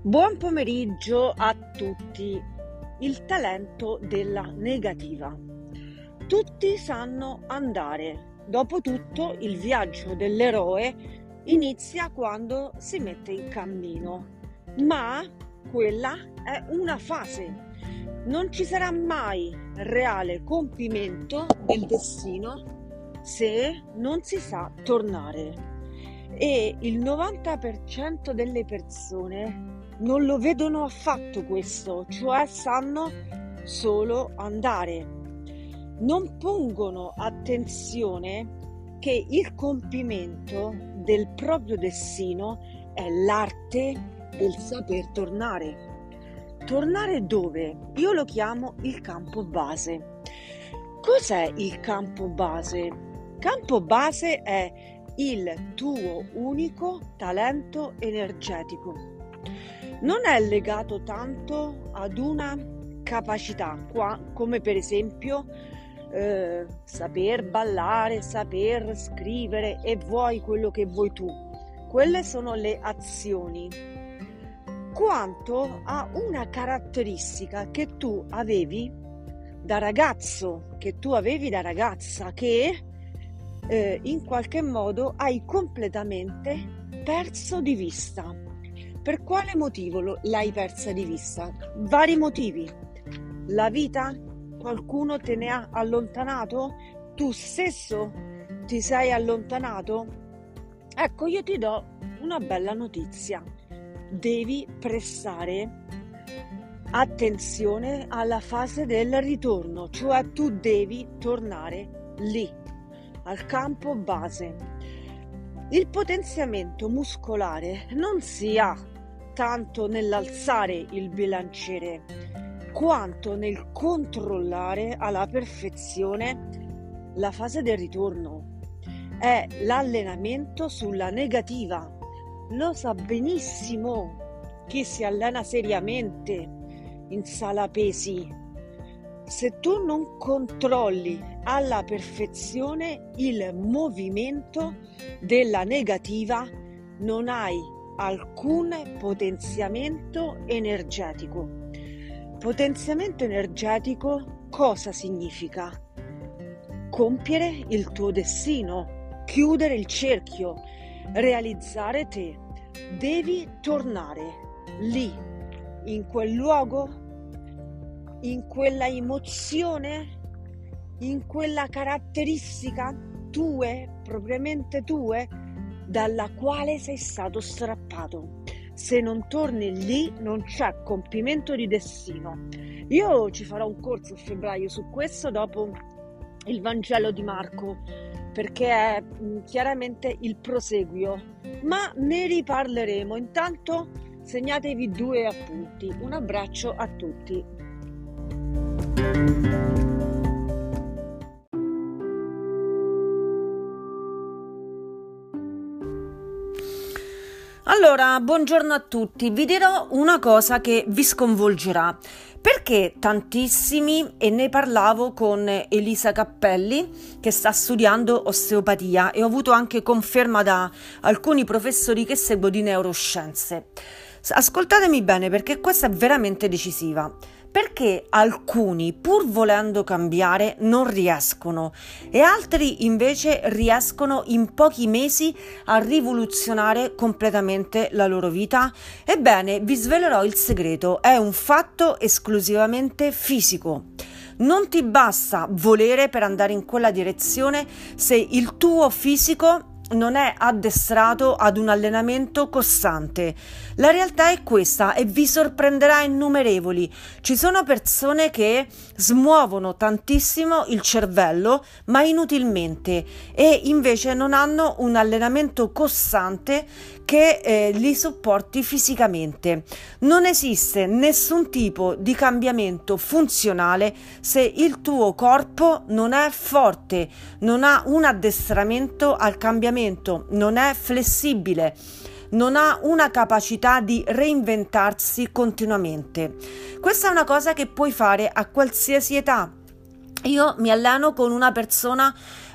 Buon pomeriggio a tutti. Il talento della negativa. Tutti sanno andare. Dopotutto il viaggio dell'eroe inizia quando si mette in cammino. Ma quella è una fase. Non ci sarà mai reale compimento del destino se non si sa tornare. E il 90% delle persone non lo vedono affatto questo, cioè sanno solo andare. Non pongono attenzione che il compimento del proprio destino è l'arte del saper tornare. Tornare dove? Io lo chiamo il campo base. Cos'è il campo base? Campo base è il tuo unico talento energetico. Non è legato tanto ad una capacità, come per esempio saper ballare, saper scrivere e vuoi quello che vuoi tu. Quelle sono le azioni. Quanto a una caratteristica che tu avevi da ragazzo, che tu avevi da ragazza, che in qualche modo hai completamente perso di vista. Per quale motivo l'hai persa di vista? Vari motivi. La vita? Qualcuno te ne ha allontanato? Tu stesso ti sei allontanato? Ecco, io ti do una bella notizia. Devi prestare attenzione alla fase del ritorno, cioè tu devi tornare lì, al campo base. Il potenziamento muscolare non si ha tanto nell'alzare il bilanciere quanto nel controllare alla perfezione la fase del ritorno. È l'allenamento sulla negativa. Lo sa benissimo chi si allena seriamente in sala pesi. Se tu non controlli alla perfezione il movimento della negativa, non hai alcun potenziamento energetico. Potenziamento energetico cosa significa? Compiere il tuo destino, chiudere il cerchio, realizzare te. Devi tornare lì, in quel luogo, in quella emozione, in quella caratteristica propriamente tue, dalla quale sei stato strappato. Se non torni lì non c'è compimento di destino. Io ci farò un corso a febbraio su questo dopo il Vangelo di Marco, perché è chiaramente il proseguio, ma ne riparleremo. Intanto segnatevi 2 appunti. Un abbraccio a tutti. Allora, buongiorno a tutti. Vi dirò una cosa che vi sconvolgerà, perché tantissimi, e ne parlavo con Elisa Cappelli che sta studiando osteopatia e ho avuto anche conferma da alcuni professori che seguo di neuroscienze. Ascoltatemi bene, perché questa è veramente decisiva. Perché alcuni, pur volendo cambiare, non riescono e altri invece riescono in pochi mesi a rivoluzionare completamente la loro vita? Ebbene, vi svelerò il segreto: è un fatto esclusivamente fisico. Non ti basta volere per andare in quella direzione se il tuo fisico non è addestrato ad un allenamento costante. La realtà è questa e vi sorprenderà innumerevoli. Ci sono persone che smuovono tantissimo il cervello, ma inutilmente, e invece non hanno un allenamento costante che li supporti fisicamente. Non esiste nessun tipo di cambiamento funzionale se il tuo corpo non è forte, non ha un addestramento al cambiamento, non è flessibile, non ha una capacità di reinventarsi continuamente. Questa è una cosa che puoi fare a qualsiasi età. Io mi alleno con una persona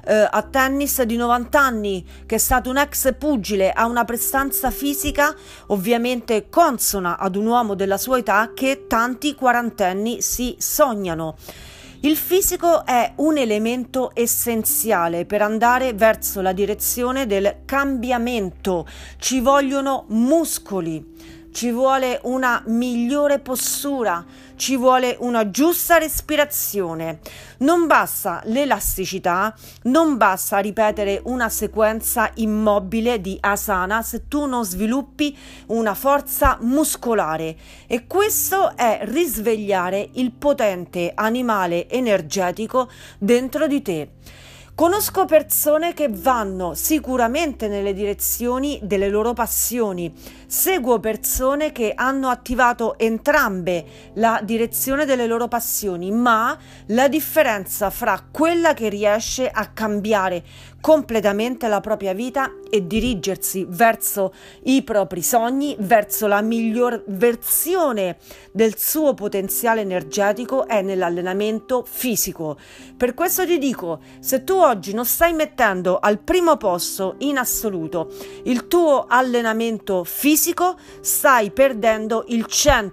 a tennis di 90 anni, che è stato un ex pugile, ha una prestanza fisica ovviamente consona ad un uomo della sua età che tanti quarantenni si sognano. Il fisico è un elemento essenziale per andare verso la direzione del cambiamento. Ci vogliono muscoli, ci vuole una migliore postura, ci vuole una giusta respirazione. Non basta l'elasticità, non basta ripetere una sequenza immobile di asana se tu non sviluppi una forza muscolare, e questo è risvegliare il potente animale energetico dentro di te. Conosco persone che vanno sicuramente nelle direzioni delle loro passioni, seguo persone che hanno attivato entrambe la direzione delle loro passioni, ma la differenza fra quella che riesce a cambiare completamente la propria vita e dirigersi verso i propri sogni, verso la miglior versione del suo potenziale energetico, è nell'allenamento fisico. Per questo ti dico, se tu oggi non stai mettendo al primo posto in assoluto il tuo allenamento fisico, stai perdendo il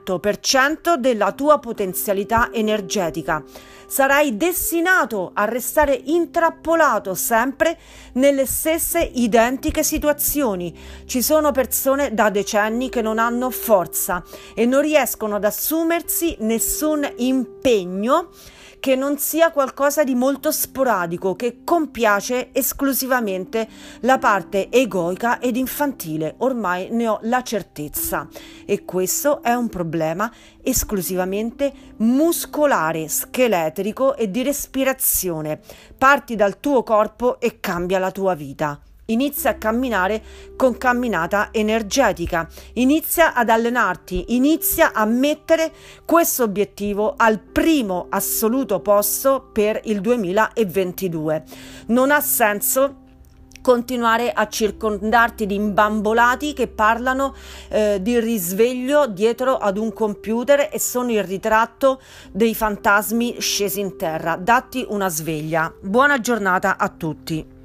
100% della tua potenzialità energetica. Sarai destinato a restare intrappolato sempre nelle stesse identiche situazioni. Ci sono persone da decenni che non hanno forza e non riescono ad assumersi nessun impegno che non sia qualcosa di molto sporadico, che compiace esclusivamente la parte egoica ed infantile. Ormai ne ho la certezza, e questo è un problema esclusivamente muscolare, scheletrico e di respirazione. Parti dal tuo corpo e cambia la tua vita. Inizia a camminare con camminata energetica, inizia ad allenarti, inizia a mettere questo obiettivo al primo assoluto posto per il 2022. Non ha senso continuare a circondarti di imbambolati che parlano di risveglio dietro ad un computer e sono il ritratto dei fantasmi scesi in terra. Datti una sveglia. Buona giornata a tutti.